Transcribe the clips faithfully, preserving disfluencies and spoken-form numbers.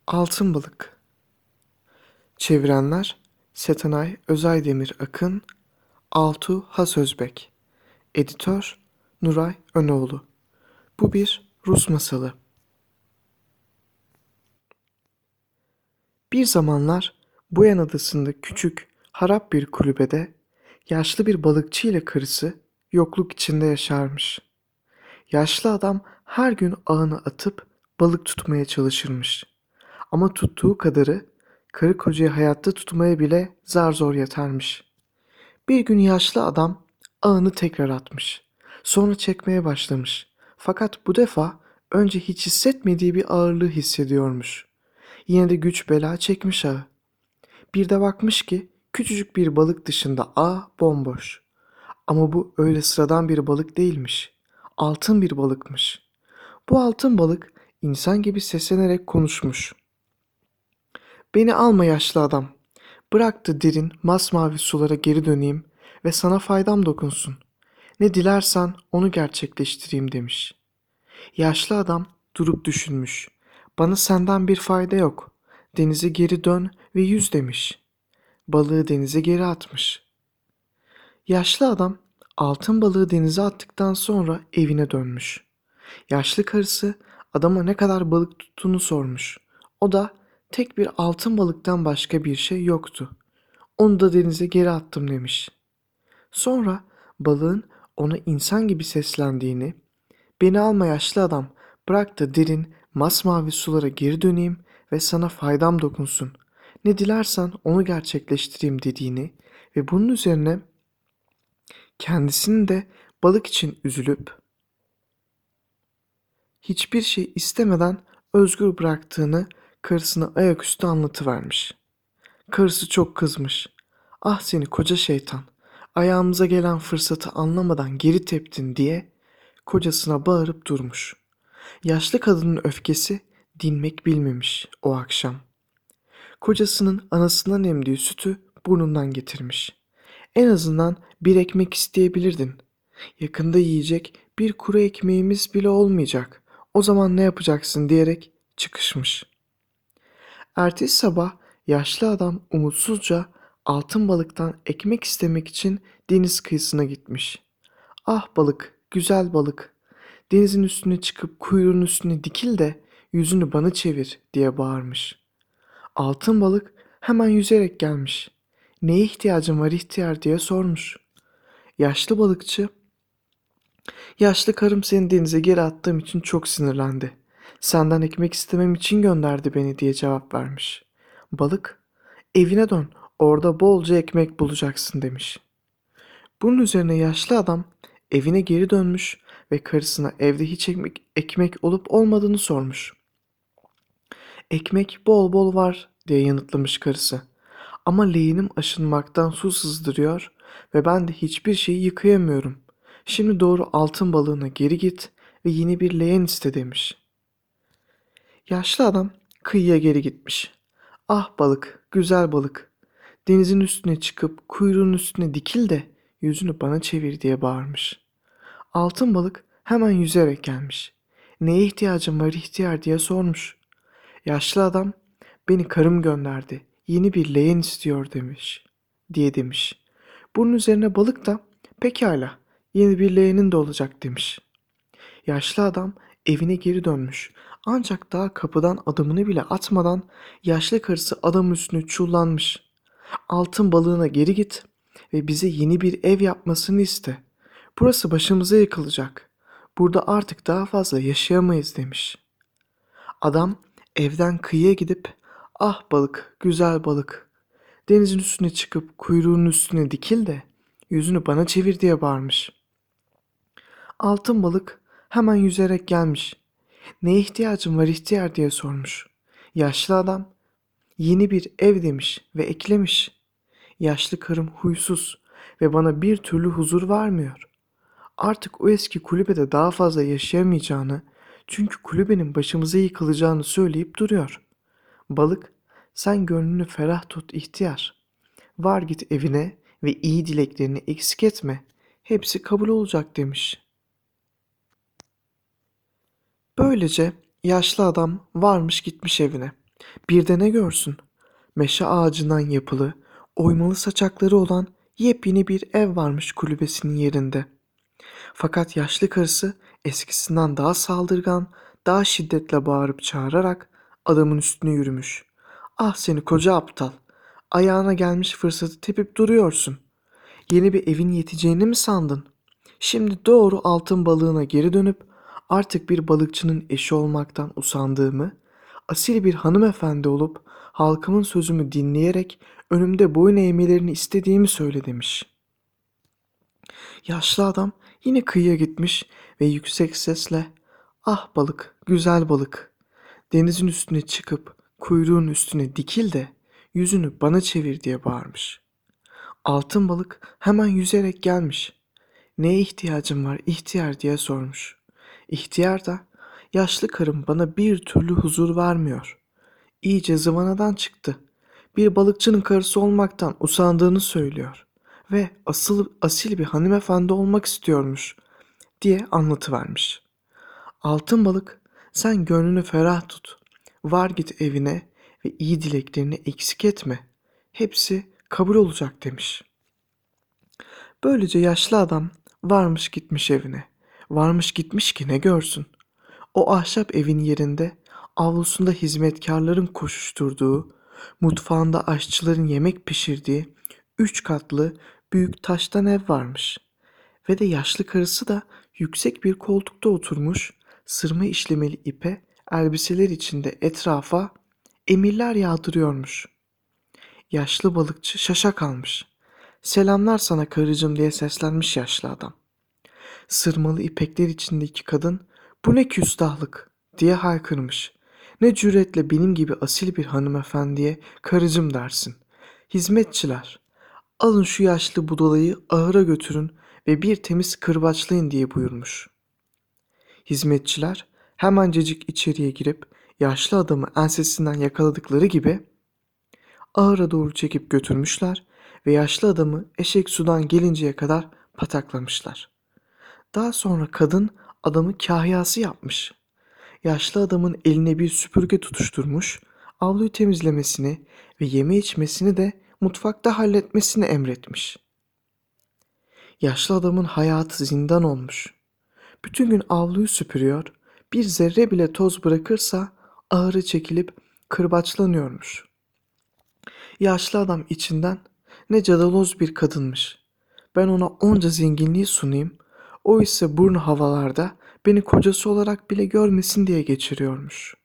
Altın Balık. Çevirenler Setenay Özaydemir Akın, Altuğ Hasözbek. Editör Nuray Önoğlu. Bu bir Rus masalı. Bir zamanlar Buyan Adası'nda küçük, harap bir kulübede yaşlı bir balıkçı ile karısı yokluk içinde yaşarmış. Yaşlı adam her gün ağını atıp balık tutmaya çalışırmış. Ama tuttuğu kadarı karı kocayı hayatta tutmaya bile zar zor yetermiş. Bir gün yaşlı adam ağını tekrar atmış. Sonra çekmeye başlamış. Fakat bu defa önce hiç hissetmediği bir ağırlığı hissediyormuş. Yine de güç bela çekmiş ağı. Bir de bakmış ki küçücük bir balık dışında ağ bomboş. Ama bu öyle sıradan bir balık değilmiş. Altın bir balıkmış. Bu altın balık insan gibi seslenerek konuşmuş. Beni alma yaşlı adam. Bırak da derin, masmavi sulara geri döneyim ve sana faydam dokunsun. Ne dilersen onu gerçekleştireyim demiş. Yaşlı adam durup düşünmüş. Bana senden bir fayda yok. Denize geri dön ve yüz demiş. Balığı denize geri atmış. Yaşlı adam altın balığı denize attıktan sonra evine dönmüş. Yaşlı karısı adama ne kadar balık tuttuğunu sormuş. O da tek bir altın balıktan başka bir şey yoktu. Onu da denize geri attım demiş. Sonra balığın ona insan gibi seslendiğini, beni alma yaşlı adam, bırak da derin, masmavi sulara geri döneyim ve sana faydam dokunsun. Ne dilersen onu gerçekleştireyim dediğini ve bunun üzerine kendisini de balık için üzülüp hiçbir şey istemeden özgür bıraktığını karısına ayaküstü anlatıvermiş. Karısı çok kızmış. Ah seni koca şeytan, ayağımıza gelen fırsatı anlamadan geri teptin diye kocasına bağırıp durmuş. Yaşlı kadının öfkesi dinmek bilmemiş o akşam. Kocasının anasından emdiği sütü burnundan getirmiş. En azından bir ekmek isteyebilirdin. Yakında yiyecek bir kuru ekmeğimiz bile olmayacak. O zaman ne yapacaksın diyerek çıkışmış. Ertesi sabah yaşlı adam umutsuzca altın balıktan ekmek istemek için deniz kıyısına gitmiş. Ah balık, güzel balık, denizin üstüne çıkıp kuyruğun üstüne dikil de yüzünü bana çevir diye bağırmış. Altın balık hemen yüzerek gelmiş. Neye ihtiyacın var ihtiyar diye sormuş. Yaşlı balıkçı, yaşlı karım seni denize geri attığım için çok sinirlendi. Senden ekmek istemem için gönderdi beni diye cevap vermiş. Balık, evine dön, orada bolca ekmek bulacaksın demiş. Bunun üzerine yaşlı adam evine geri dönmüş ve karısına evde hiç ekmek, ekmek olup olmadığını sormuş. Ekmek bol bol var diye yanıtlamış karısı. Ama leğenim aşınmaktan su sızdırıyor ve ben de hiçbir şeyi yıkayamıyorum. Şimdi doğru altın balığına geri git ve yeni bir leğen iste demiş. Yaşlı adam kıyıya geri gitmiş. Ah balık, güzel balık. Denizin üstüne çıkıp kuyruğun üstüne dikil de yüzünü bana çevir diye bağırmış. Altın balık hemen yüzerek gelmiş. Neye ihtiyacın var ihtiyar diye sormuş. Yaşlı adam beni karım gönderdi. Yeni bir leğen istiyor demiş. Diye demiş. Bunun üzerine balık da pekala yeni bir leğenin de olacak demiş. Yaşlı adam evine geri dönmüş. Ancak daha kapıdan adımını bile atmadan yaşlı karısı adamın üstüne çullanmış. Altın balığına geri git ve bize yeni bir ev yapmasını iste. Burası başımıza yıkılacak. Burada artık daha fazla yaşayamayız demiş. Adam evden kıyıya gidip ah balık, güzel balık. Denizin üstüne çıkıp kuyruğunun üstüne dikil de yüzünü bana çevir diye bağırmış. Altın balık hemen yüzerek gelmiş. Neye ihtiyacın var ihtiyar diye sormuş. Yaşlı adam yeni bir ev demiş ve eklemiş. Yaşlı karım huysuz ve bana bir türlü huzur vermiyor. Artık o eski kulübede daha fazla yaşayamayacağını, çünkü kulübenin başımıza yıkılacağını söyleyip duruyor. Balık, sen gönlünü ferah tut ihtiyar. Var git evine ve iyi dileklerini eksik etme. Hepsi kabul olacak demiş. Böylece yaşlı adam varmış gitmiş evine. Bir de ne görsün? Meşe ağacından yapılı, oymalı saçakları olan yepyeni bir ev varmış kulübesinin yerinde. Fakat yaşlı karısı eskisinden daha saldırgan, daha şiddetle bağırıp çağırarak adamın üstüne yürümüş. Ah seni koca aptal! Ayağına gelmiş fırsatı tepip duruyorsun. Yeni bir evin yeteceğini mi sandın? Şimdi doğru altın balığına geri dönüp artık bir balıkçının eşi olmaktan usandığımı, asil bir hanımefendi olup halkımın sözümü dinleyerek önümde boyun eğmelerini istediğimi söyle demiş. Yaşlı adam yine kıyıya gitmiş ve yüksek sesle "Ah balık, güzel balık, denizin üstüne çıkıp kuyruğun üstüne dikil de yüzünü bana çevir" diye bağırmış. Altın balık hemen yüzerek gelmiş. "Neye ihtiyacın var ihtiyar?" diye sormuş. İhtiyar da "Yaşlı karım bana bir türlü huzur vermiyor. İyice zıvanadan çıktı. Bir balıkçının karısı olmaktan usandığını söylüyor ve asıl asil bir hanımefendi olmak istiyormuş" diye anlatıvermiş. Altın balık, "Sen gönlünü ferah tut. Var git evine ve iyi dileklerini eksik etme. Hepsi kabul olacak" demiş. Böylece yaşlı adam varmış gitmiş evine. Varmış gitmiş ki ne görsün. O ahşap evin yerinde avlusunda hizmetkarların koşuşturduğu, mutfağında aşçıların yemek pişirdiği üç katlı büyük taştan ev varmış. Ve de yaşlı karısı da yüksek bir koltukta oturmuş, sırma işlemeli ipe elbiseler içinde etrafa emirler yağdırıyormuş. Yaşlı balıkçı şaşa kalmış. "Selamlar sana karıcığım" diye seslenmiş yaşlı adam. Sırmalı ipekler içindeki kadın "Bu ne küstahlık" diye haykırmış. "Ne cüretle benim gibi asil bir hanımefendiye karıcım dersin. Hizmetçiler, alın şu yaşlı budalayı ahıra götürün ve bir temiz kırbaçlayın" diye buyurmuş. Hizmetçiler hemencecik içeriye girip yaşlı adamı ensesinden yakaladıkları gibi ahıra doğru çekip götürmüşler ve yaşlı adamı eşek sudan gelinceye kadar pataklamışlar. Daha sonra kadın adamı kahyası yapmış. Yaşlı adamın eline bir süpürge tutuşturmuş, avluyu temizlemesini ve yeme içmesini de mutfakta halletmesini emretmiş. Yaşlı adamın hayatı zindan olmuş. Bütün gün avluyu süpürüyor, bir zerre bile toz bırakırsa ağırı çekilip kırbaçlanıyormuş. Yaşlı adam içinden "Ne cadaloz bir kadınmış. Ben ona onca zenginliği sunayım, o ise burnu havalarda beni kocası olarak bile görmesin" diye geçiriyormuş.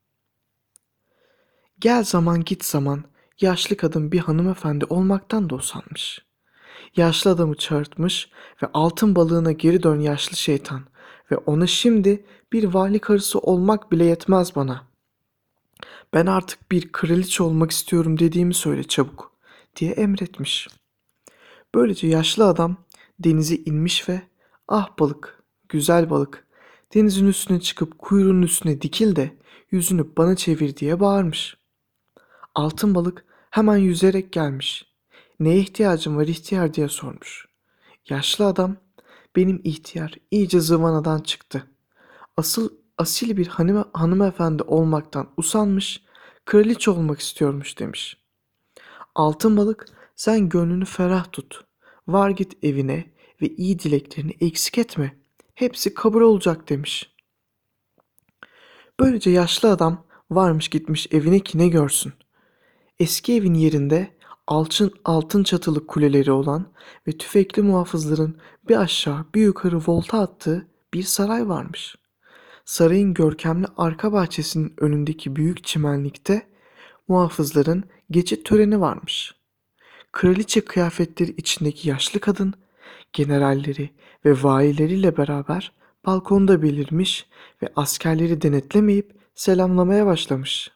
Gel zaman git zaman yaşlı kadın bir hanımefendi olmaktan da usanmış. Yaşlı adamı çağırtmış ve "Altın balığına geri dön yaşlı şeytan ve ona şimdi bir vali karısı olmak bile yetmez bana. Ben artık bir kraliçe olmak istiyorum dediğimi söyle çabuk" diye emretmiş. Böylece yaşlı adam denize inmiş ve "Ah balık, güzel balık, denizin üstüne çıkıp kuyruğunun üstüne dikil de yüzünü bana çevir" diye bağırmış. Altın balık hemen yüzerek gelmiş. "Neye ihtiyacın var ihtiyar?" diye sormuş. Yaşlı adam "Benim ihtiyar iyice zıvanadan çıktı. Asıl asil bir hanım, hanımefendi olmaktan usanmış, kraliçe olmak istiyormuş" demiş. Altın balık "Sen gönlünü ferah tut. Var git evine ve iyi dileklerini eksik etme. Hepsi kabul olacak" demiş. Böylece yaşlı adam varmış gitmiş evine ki ne görsün. Eski evin yerinde altın, altın çatılı kuleleri olan ve tüfekli muhafızların bir aşağı bir yukarı volta attığı bir saray varmış. Sarayın görkemli arka bahçesinin önündeki büyük çimenlikte muhafızların geçit töreni varmış. Kraliçe kıyafetleri içindeki yaşlı kadın, generalleri ve vaileriyle beraber balkonda belirmiş ve askerleri denetlemeyip selamlamaya başlamış.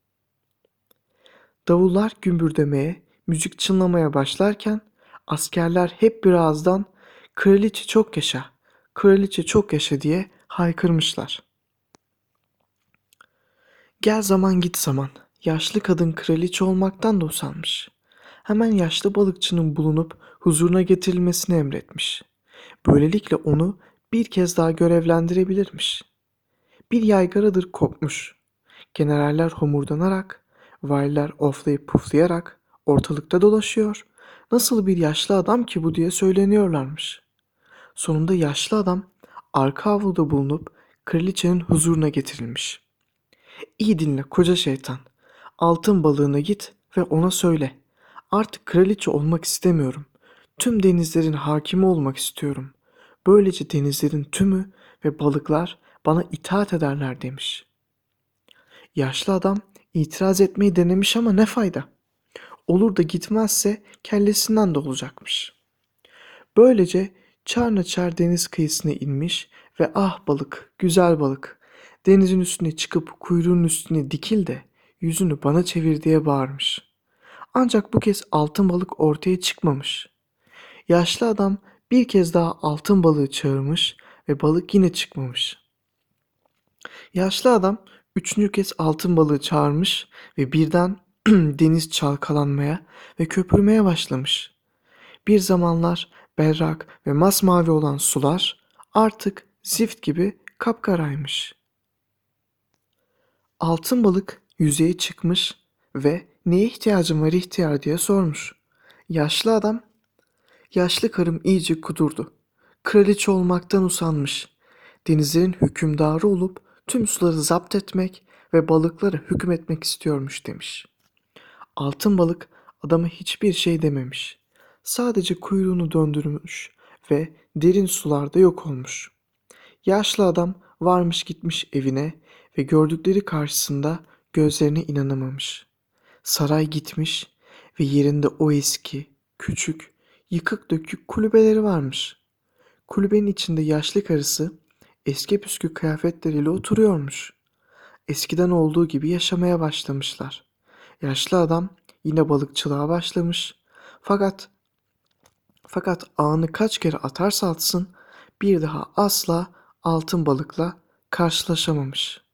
Davullar gümbürdemeye, müzik çınlamaya başlarken askerler hep bir ağızdan "Kraliçe çok yaşa, kraliçe çok yaşa" diye haykırmışlar. Gel zaman git zaman, yaşlı kadın kraliçe olmaktan da usanmış. Hemen yaşlı balıkçının bulunup huzuruna getirilmesini emretmiş. Böylelikle onu bir kez daha görevlendirebilirmiş. Bir yaygaradır kopmuş. Generaller homurdanarak Valiler oflayıp puflayarak ortalıkta dolaşıyor. Nasıl bir yaşlı adam ki bu diye söyleniyorlarmış. Sonunda yaşlı adam arka avluda bulunup kraliçenin huzuruna getirilmiş. İyi dinle koca şeytan. Altın balığına git ve ona söyle. Artık kraliçe olmak istemiyorum. Tüm denizlerin hakimi olmak istiyorum. Böylece denizlerin tümü ve balıklar bana itaat ederler demiş. Yaşlı adam itiraz etmeyi denemiş ama ne fayda? Olur da gitmezse kellesinden de olacakmış. Böylece çarnaçar deniz kıyısına inmiş ve ah balık, güzel balık, denizin üstüne çıkıp kuyruğunun üstüne dikil de yüzünü bana çevir diye bağırmış. Ancak bu kez altın balık ortaya çıkmamış. Yaşlı adam bir kez daha altın balığı çağırmış ve balık yine çıkmamış. Yaşlı adam üçüncü kez altın balığı çağırmış ve birden deniz çalkalanmaya ve köpürmeye başlamış. Bir zamanlar berrak ve masmavi olan sular artık zift gibi kapkaraymış. Altın balık yüzeye çıkmış ve neye ihtiyacın var ihtiyar diye sormuş. Yaşlı adam, yaşlı karım iyice kudurdu. Kraliçe olmaktan usanmış. Denizlerin hükümdarı olup tüm suları zapt etmek ve balıklara hükmetmek istiyormuş demiş. Altın balık adama hiçbir şey dememiş. Sadece kuyruğunu döndürmüş ve derin sularda yok olmuş. Yaşlı adam varmış gitmiş evine ve gördükleri karşısında gözlerine inanamamış. Saray gitmiş ve yerinde o eski, küçük, yıkık dökük kulübeleri varmış. Kulübenin içinde yaşlı karısı eski püskü kıyafetleriyle oturuyormuş. Eskiden olduğu gibi yaşamaya başlamışlar. Yaşlı adam yine balıkçılığa başlamış. Fakat fakat ağını kaç kere atarsa atsın bir daha asla altın balıkla karşılaşamamış.